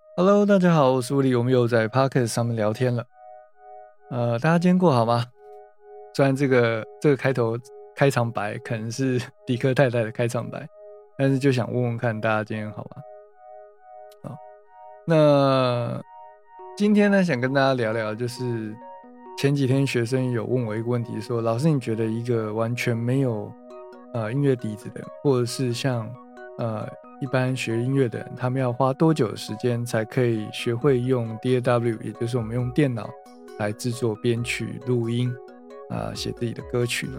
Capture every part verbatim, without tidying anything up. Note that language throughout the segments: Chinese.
Hello，大家好，我是吴力，我们又在 Podcast 上面聊天了。呃，大家今天过好吗？虽然这个这个开头开场白可能是迪克太太的开场白，但是就想问问看大家今天好吗？好，那今天呢，想跟大家聊聊，就是前几天学生有问我一个问题，说老师，你觉得一个完全没有呃音乐底子的人，或者是像呃一般学音乐的人，他们要花多久的时间才可以学会用 D A W， 也就是我们用电脑来制作编曲、录音啊、写自己的歌曲呢？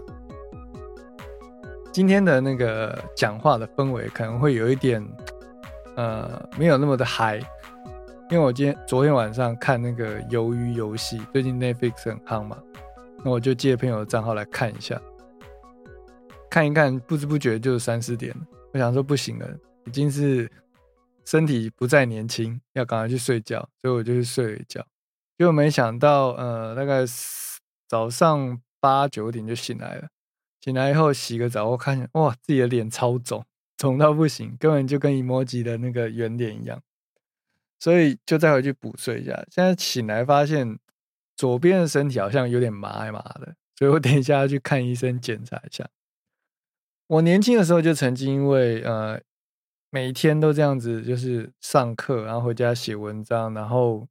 今天的那个讲话的氛围可能会有一点呃没有那么的嗨，因为我今天昨天晚上看那个鱿鱼游戏，最近 Netflix 很夯嘛，那我就借朋友的账号来看一下，看一看，不知不觉就三四点了。我想说不行了，已经是身体不再年轻，要赶快去睡觉，所以我就去睡了一觉。结果没想到，呃，大概早上八九点就醒来了。醒来以后洗个澡，我看见哇，自己的脸超肿，肿到不行，根本就跟 emoji 的那个圆脸一样。所以就再回去补睡一下。现在醒来发现左边的身体好像有点麻麻的，所以我等一下要去看医生检查一下。我年轻的时候就曾经因为呃每一天都这样子，就是上课，然后回家写文章，然后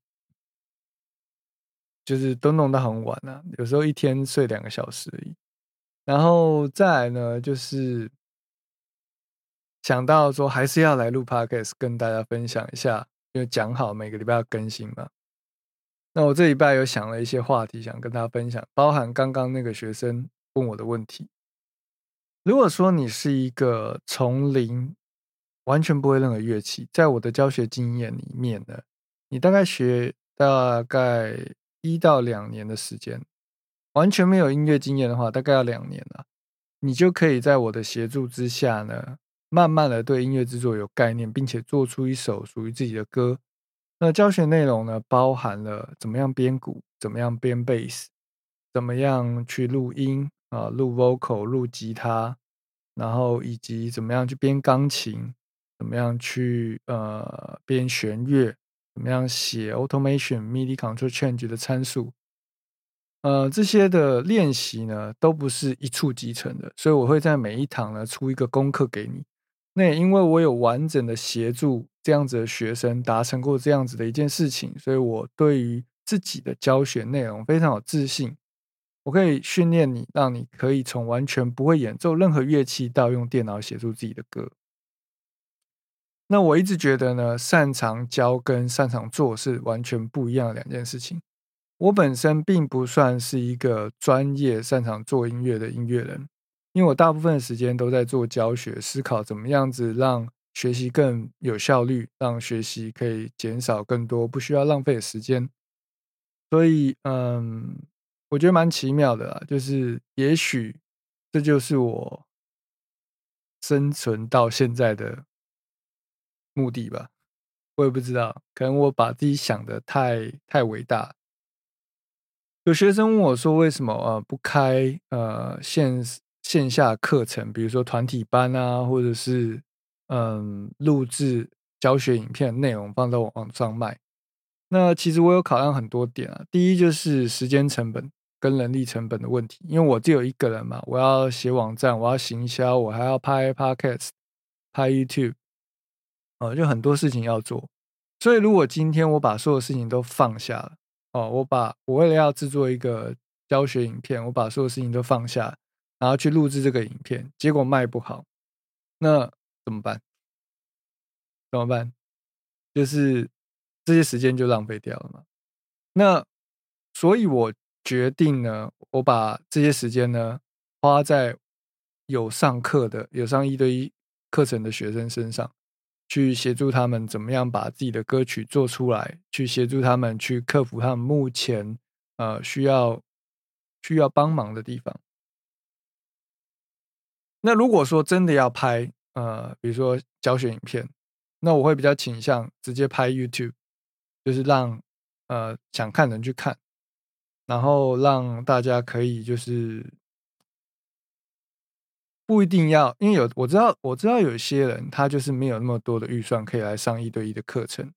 就是都弄到很晚啊，有时候一天睡两个小时而已。然后再来呢，就是想到说还是要来录 podcast 跟大家分享一下，因为讲好每个礼拜要更新嘛。那我这礼拜有想了一些话题想跟大家分享，包含刚刚那个学生问我的问题。如果说你是一个从零完全不会任何乐器，在我的教学经验里面呢，你大概学大概一到两年的时间，完全没有音乐经验的话，大概要两年了，你就可以在我的协助之下呢，慢慢的对音乐制作有概念，并且做出一首属于自己的歌。那教学内容呢，包含了怎么样编鼓，怎么样编贝斯，怎么样去录音啊，录 vocal，录吉他，然后以及怎么样去编钢琴，怎么样去呃编弦乐，怎么样写 automation、M I D I control change 的参数，呃，这些的练习呢，都不是一触即成的，所以我会在每一堂呢出一个功课给你。那也因为我有完整的协助这样子的学生达成过这样子的一件事情，所以我对于自己的教学内容非常有自信。我可以训练你，让你可以从完全不会演奏任何乐器到用电脑写出自己的歌。那我一直觉得呢，擅长教跟擅长做是完全不一样的两件事情。我本身并不算是一个专业擅长做音乐的音乐人，因为我大部分的时间都在做教学，思考怎么样子让学习更有效率，让学习可以减少更多不需要浪费的时间。所以，嗯，我觉得蛮奇妙的啦，就是也许这就是我生存到现在的目的吧，我也不知道，可能我把自己想的太太伟大。有学生问我说：“为什么呃不开呃线线下课程，比如说团体班啊，或者是嗯录制教学影片内容放到网上卖？”那其实我有考量很多点啊，第一就是时间成本跟人力成本的问题，因为我只有一个人嘛，我要写网站，我要行销，我还要拍 Podcast、拍 YouTube，呃，就很多事情要做。所以如果今天我把所有事情都放下了，哦，我把我为了要制作一个教学影片，我把所有事情都放下，然后去录制这个影片，结果卖不好，那怎么办？怎么办？就是这些时间就浪费掉了嘛。那所以我决定呢，我把这些时间呢花在有上课的、有上一对一课程的学生身上，去协助他们怎么样把自己的歌曲做出来，去协助他们去克服他们目前呃需要需要帮忙的地方。那如果说真的要拍呃，比如说教学影片，那我会比较倾向直接拍 YouTube，就是让呃想看的人去看。然后让大家可以就是不一定要，因为有我知道我知道有些人他就是没有那么多的预算可以来上一对一的课程，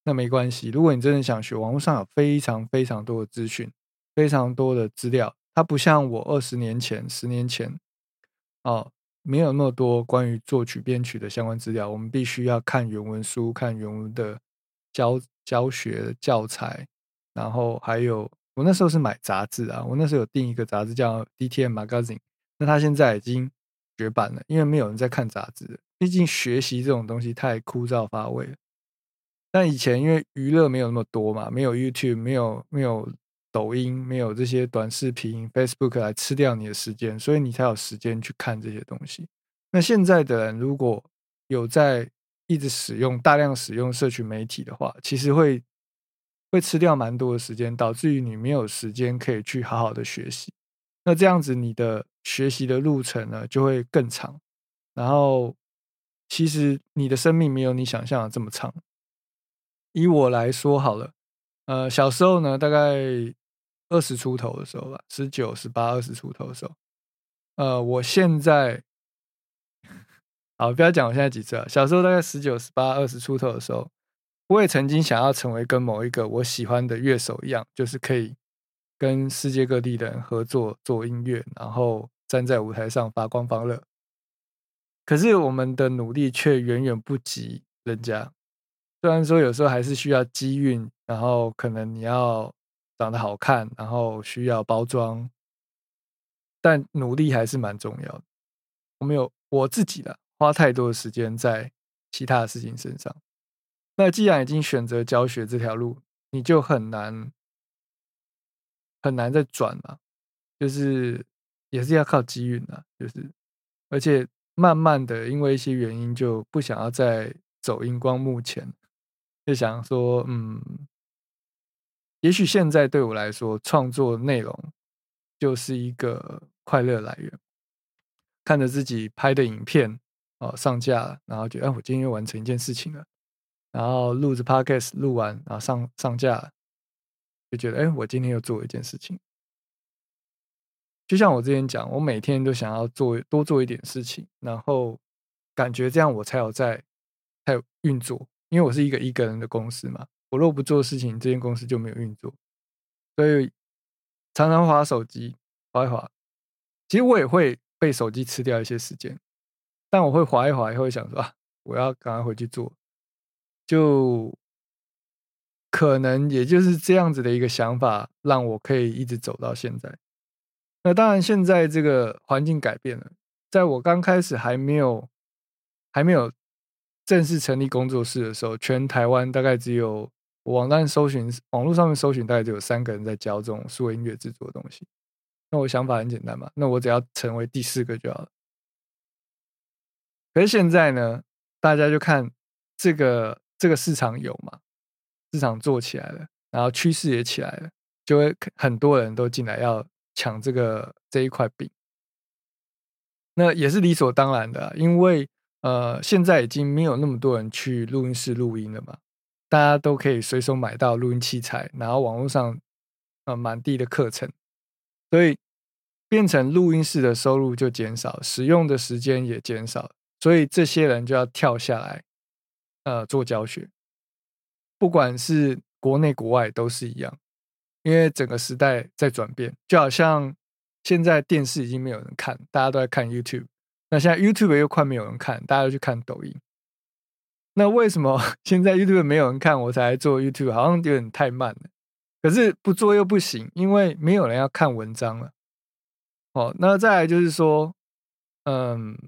那没关系。如果你真的想学，网络上有非常非常多的资讯，非常多的资料。它不像我二十年前、十年前，哦，没有那么多关于作曲编曲的相关资料。我们必须要看原文书，看原文的教教学教材，然后还有我那时候是买杂志啊，我那时候有订一个杂志叫 D T M Magazine，那它现在已经绝版了，因为没有人在看杂志了。毕竟学习这种东西太枯燥乏味了。但以前因为娱乐没有那么多嘛，没有 YouTube，没有没有抖音，没有这些短视频 Facebook 来吃掉你的时间，所以你才有时间去看这些东西。那现在的人如果有在一直使用大量使用社群媒体的话，其实会会吃掉蛮多的时间，导致于你没有时间可以去好好的学习。那这样子你的学习的路程呢就会更长，然后其实你的生命没有你想象的这么长。以我来说好了，呃，小时候呢，大概二十出头的时候吧，十九、十八、二十出头的时候，呃，我现在好，不要讲我现在几岁啊，小时候大概十九、十八、二十出头的时候，我也曾经想要成为跟某一个我喜欢的乐手一样，就是可以跟世界各地的人合作做音乐，然后站在舞台上发光发热。可是我们的努力却远远不及人家。虽然说有时候还是需要机运，然后可能你要长得好看，然后需要包装，但努力还是蛮重要的。我没有我自己的花太多的时间在其他的事情身上。那既然已经选择教学这条路，你就很难很难再转了，就是也是要靠机运啊，就是而且慢慢的因为一些原因就不想要再走荧光幕前，就想说，嗯，也许现在对我来说，创作内容就是一个快乐来源。看着自己拍的影片哦上架了，然后觉得，哎，我今天又完成一件事情了。然后录着 podcast 录完，然后上上架了，就觉得，哎，我今天又做了一件事情。就像我之前讲，我每天都想要做多做一点事情，然后感觉这样我才有在才有运作，因为我是一个一个人的公司嘛，我若不做事情，这间公司就没有运作，所以常常滑手机，滑一滑，其实我也会被手机吃掉一些时间，但我会滑一滑以后想说啊，我要赶快回去做，就可能也就是这样子的一个想法，让我可以一直走到现在。那当然，现在这个环境改变了，在我刚开始还没有还没有正式成立工作室的时候，全台湾大概只有我网站搜寻网络上面搜寻，大概只有三个人在教这种数位音乐制作的东西。那我想法很简单嘛，那我只要成为第四个就好了。可是现在呢，大家就看这个这个市场有嘛，市场做起来了，然后趋势也起来了，就会很多人都进来要抢这个这一块饼。那也是理所当然的啊，因为呃，现在已经没有那么多人去录音室录音了嘛，大家都可以随手买到录音器材，然后网络上呃满地的课程，所以变成录音室的收入就减少，使用的时间也减少，所以这些人就要跳下来，呃，做教学，不管是国内国外都是一样。因为整个时代在转变，就好像现在电视已经没有人看，大家都在看 YouTube。那现在 YouTube 又快没有人看，大家都去看抖音。那为什么现在 YouTube 没有人看，我才来做 YouTube？好像有点太慢了。可是不做又不行，因为没有人要看文章了。哦，那再来就是说，嗯，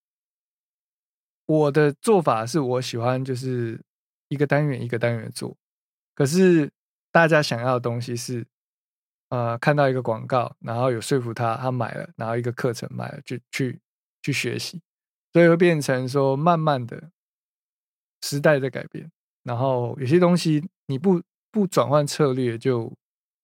我的做法是我喜欢就是一个单元一个单元做，可是大家想要的东西是，呃，看到一个广告，然后有说服他，他买了，然后一个课程买了，就去去学习，所以会变成说，慢慢的时代在改变，然后有些东西你不不转换策略就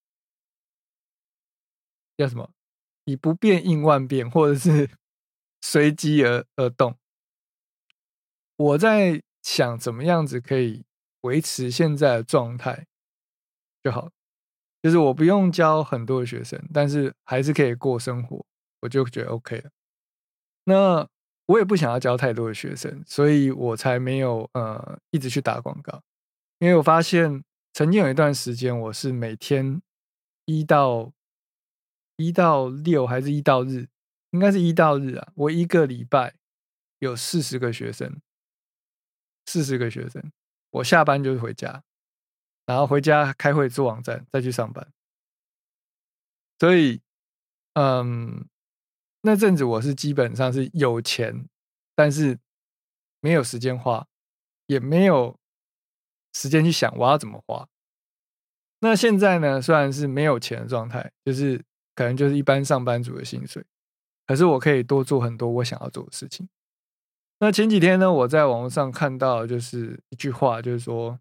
叫什么？以不变应万变，或者是随机而而动。我在想怎么样子可以维持现在的状态就好，就是我不用教很多的学生，但是还是可以过生活，我就觉得 OK 了。那我也不想要教太多的学生，所以我才没有呃一直去打广告。 因为我发现曾经有一段时间，我是每天一到一到六还是一到日，应该是一到日啊，我一个礼拜有四十个学生，四十个学生，我下班就是回家，然后回家开会做网站，再去上班。所以，嗯，那阵子我是基本上是有钱，但是没有时间花，也没有时间去想我要怎么花。那现在呢，虽然是没有钱的状态，就是可能就是一般上班族的薪水，可是我可以多做很多我想要做的事情。那前几天呢，我在网络上看到就是一句话，就是说，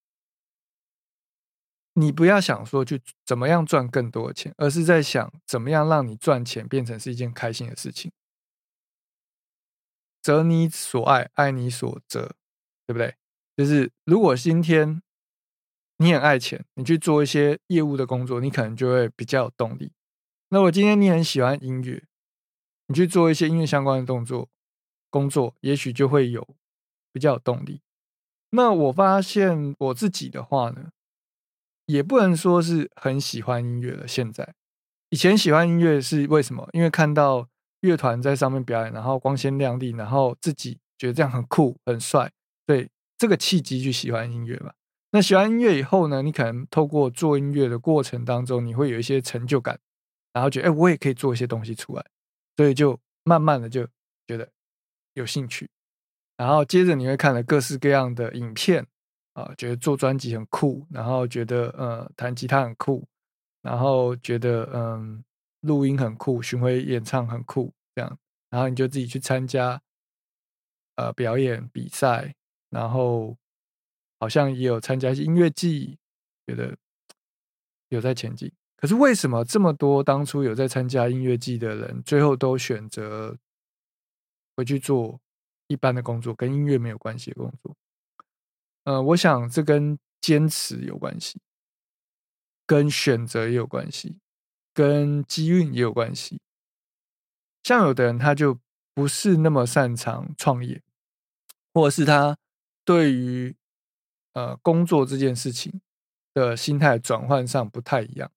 你不要想说去怎么样赚更多的钱，而是在想怎么样让你赚钱变成是一件开心的事情。择你所爱，爱你所择，对不对？就是如果今天你很爱钱，你去做一些业务的工作，你可能就会比较有动力。那我今天你很喜欢音乐，你去做一些音乐相关的动作工作，也许就会有比较有动力。那我发现我自己的话呢，也不能说是很喜欢音乐了。现在，以前喜欢音乐是为什么？因为看到乐团在上面表演，然后光鲜亮丽，然后自己觉得这样很酷、很帅，对，这个契机去喜欢音乐嘛。那喜欢音乐以后呢，你可能透过做音乐的过程当中，你会有一些成就感，然后觉得哎，我也可以做一些东西出来，所以就慢慢的就觉得有兴趣。然后接着你会看了各式各样的影片啊，觉得做专辑很酷，然后觉得呃弹吉他很酷，然后觉得嗯录音很酷，巡回演唱很酷，这样，然后你就自己去参加呃表演比赛，然后好像也有参加一些音乐季，觉得有在前进。可是为什么这么多当初有在参加音乐季的人，最后都选择回去做一般的工作，跟音乐没有关系的工作？呃，我想这跟坚持有关系，跟选择也有关系，跟机运也有关系。像有的人他就不是那么擅长创业，或者是他对于呃工作这件事情的心态转换上不太一样。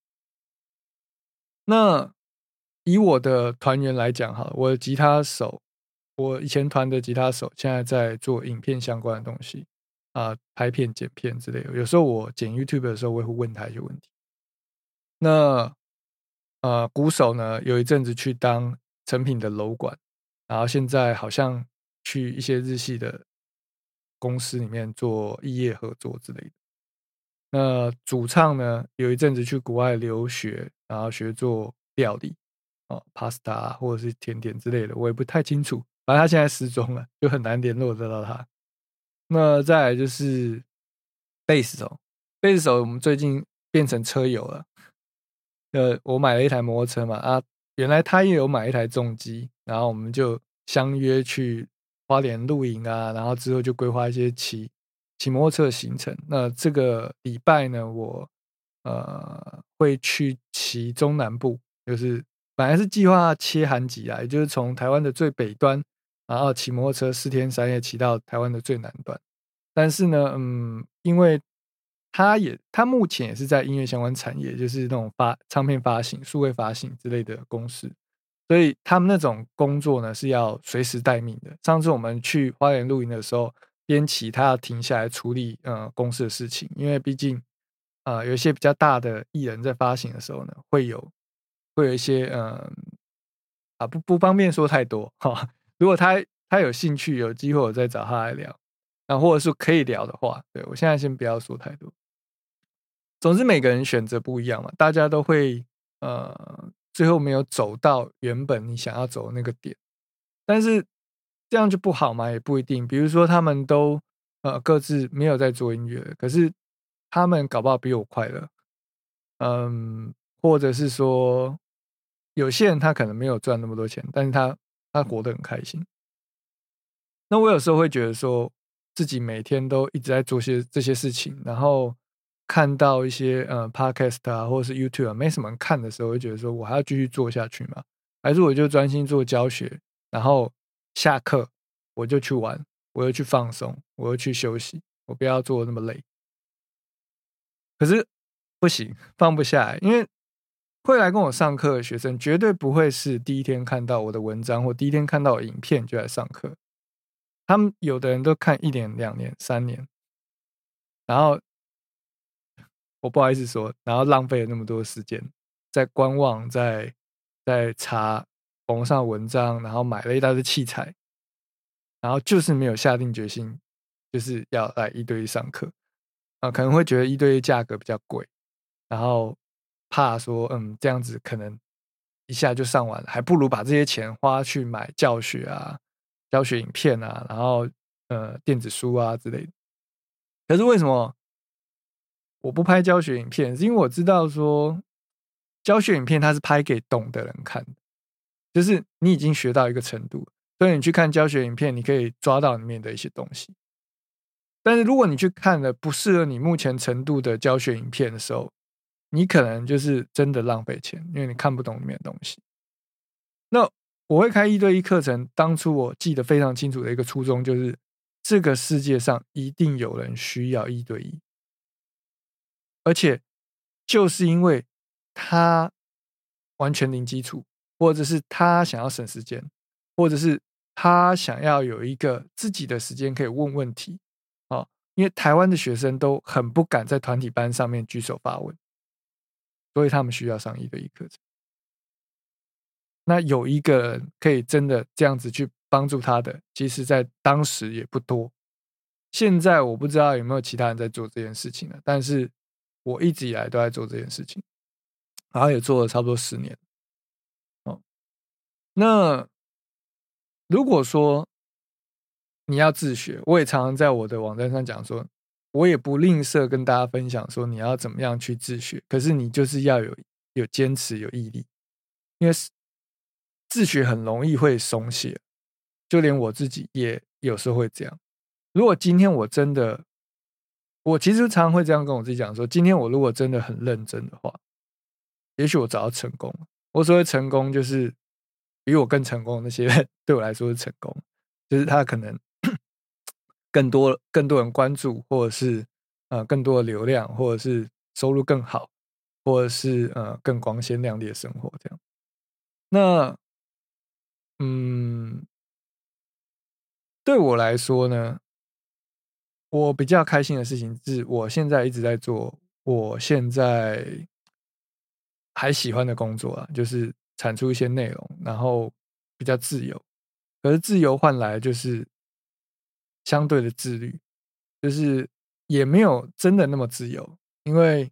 那以我的团员来讲哈，我的吉他手，我以前团的吉他手，现在在做影片相关的东西啊、拍片、剪片之类的。有时候我剪 YouTube 的时候，我也会问他一些问题。那呃，鼓手呢，有一阵子去当成品的楼管，然后现在好像去一些日系的公司里面做异业合作之类的。那主唱呢，有一阵子去国外留学，然后学做料理，哦，pasta 啊或者是甜点之类的，我也不太清楚。反正他现在失踪了，就很难联络得到他。那再来就是贝斯手，贝斯手我们最近变成车友了。呃，我买了一台摩托车嘛，啊，原来他也有买一台重机，然后我们就相约去花莲露营啊，然后之后就规划一些骑骑摩托车的行程。那这个礼拜呢，我呃会去骑中南部，就是本来是计划切韩吉啊，也就是从台湾的最北端，然后骑摩托车四天三夜骑到台湾的最南端。但是呢，嗯，因为他也他目前也是在音乐相关产业，就是那种发唱片发行、数位发行之类的公司，所以他们那种工作呢是要随时待命的。上次我们去花莲露营的时候，边骑他要停下来处理呃公司的事情，因为毕竟呃有一些比较大的艺人在发行的时候呢，会有会有一些嗯、呃、啊不不方便说太多哈。如果他他有兴趣有机会，我再找他来聊。啊，或者是可以聊的话，对，我现在先不要说太多。总之每个人选择不一样嘛，大家都会呃，最后没有走到原本你想要走的那个点，但是这样就不好吗？也不一定。比如说他们都呃各自没有在做音乐了，可是他们搞不好比我快乐，嗯，或者是说有些人他可能没有赚那么多钱，但是他他活得很开心。那我有时候会觉得说，自己每天都一直在做些这些事情，然后看到一些呃 podcast 啊，或者是 YouTube 啊，没什么人看的时候，会觉得说我还要继续做下去吗？还是我就专心做教学，然后下课我就去玩，我又去放松，我又去休息，我不要做得那么累。 可是不行，放不下来，因为会来跟我上课的学生绝对不会是第一天看到我的文章或第一天看到我影片就来上课，他们有的人都看一年、两年、三年，然后我不好意思说，然后浪费了那么多时间在观望，在在查网络上的文章，然后买了一大堆器材，然后就是没有下定决心，就是要来一对一上课啊、呃，可能会觉得一对一价格比较贵，然后怕说，嗯，这样子可能一下就上完了，还不如把这些钱花去买教学啊、教学影片啊，然后呃电子书啊之类的。可是为什么我不拍教学影片？是因为我知道说，教学影片它是拍给懂的人看的，就是你已经学到一个程度，所以你去看教学影片，你可以抓到里面的一些东西。但是如果你去看了不适合你目前程度的教学影片的时候，你可能就是真的浪费钱，因为你看不懂里面的东西。那我会开一对一课程，当初我记得非常清楚的一个初衷就是，这个世界上一定有人需要一对一，而且就是因为他完全零基础，或者是他想要省时间，或者是他想要有一个自己的时间可以问问题，哦，因为台湾的学生都很不敢在团体班上面举手发问，所以他们需要上一对一课程。那有一个人可以真的这样子去帮助他的，其实在当时也不多。现在我不知道有没有其他人在做这件事情了，但是我一直以来都在做这件事情，然后也做了差不多十年。哦，那如果说你要自学，我也常常在我的网站上讲说，我也不吝啬跟大家分享说你要怎么样去自学，可是你就是要有有坚持有毅力，因为自学很容易会松懈，就连我自己也有时候会这样。如果今天我真的，我其实常常会这样跟我自己讲说，今天我如果真的很认真的话，也许我找到成功。我所谓成功，就是比我更成功的那些人，对我来说是成功，就是他可能更多更多人关注，或者是呃更多的流量，或者是收入更好，或者是呃更光鲜亮丽的生活这样。那嗯，对我来说呢，我比较开心的事情是我现在一直在做我现在还喜欢的工作啊，就是产出一些内容，然后比较自由。可是自由换来就是相对的自律，就是也没有真的那么自由，因为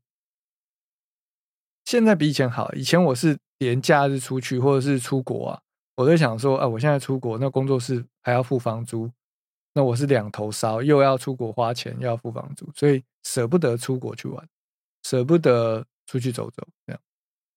现在比以前好。以前我是连假日出去或者是出国啊，我在想说，啊，我现在出国，那工作室还要付房租，那我是两头烧，又要出国花钱，又要付房租，所以舍不得出国去玩，舍不得出去走走，这样。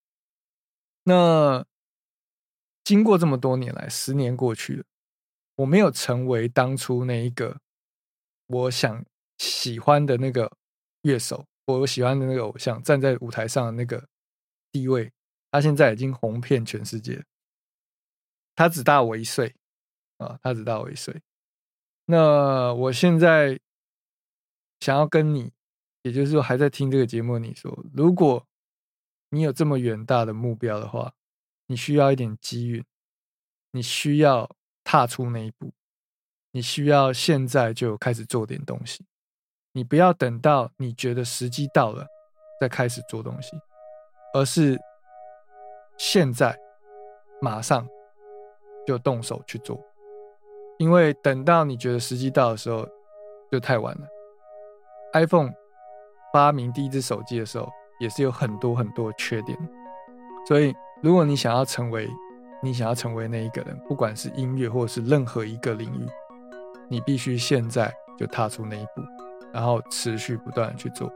那经过这么多年来，十年过去了，我没有成为当初那一个我想喜欢的那个乐手，我喜欢的那个偶像，站在舞台上的那个地位，他现在已经红遍全世界。他只大我一岁啊，他只大我一岁。那我现在想要跟你，也就是说还在听这个节目的你说，如果你有这么远大的目标的话，你需要一点机遇，你需要踏出那一步，你需要现在就开始做点东西，你不要等到你觉得时机到了再开始做东西，而是现在马上就动手去做，因为等到你觉得时机到的时候就太晚了。iPhone 发明第一只手机的时候也是有很多很多缺点，所以如果你想要成为你想要成为那一个人，不管是音乐或者是任何一个领域，你必须现在就踏出那一步，然后持续不断的去做。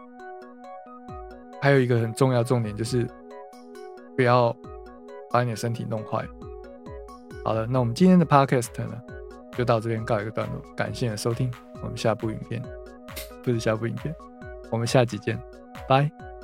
还有一个很重要重点就是不要把你的身体弄坏。好了，那我们今天的 podcast 呢就到这边告一个段落，感谢你的收听，我们下部影片不是下部影片，我们下集见，拜。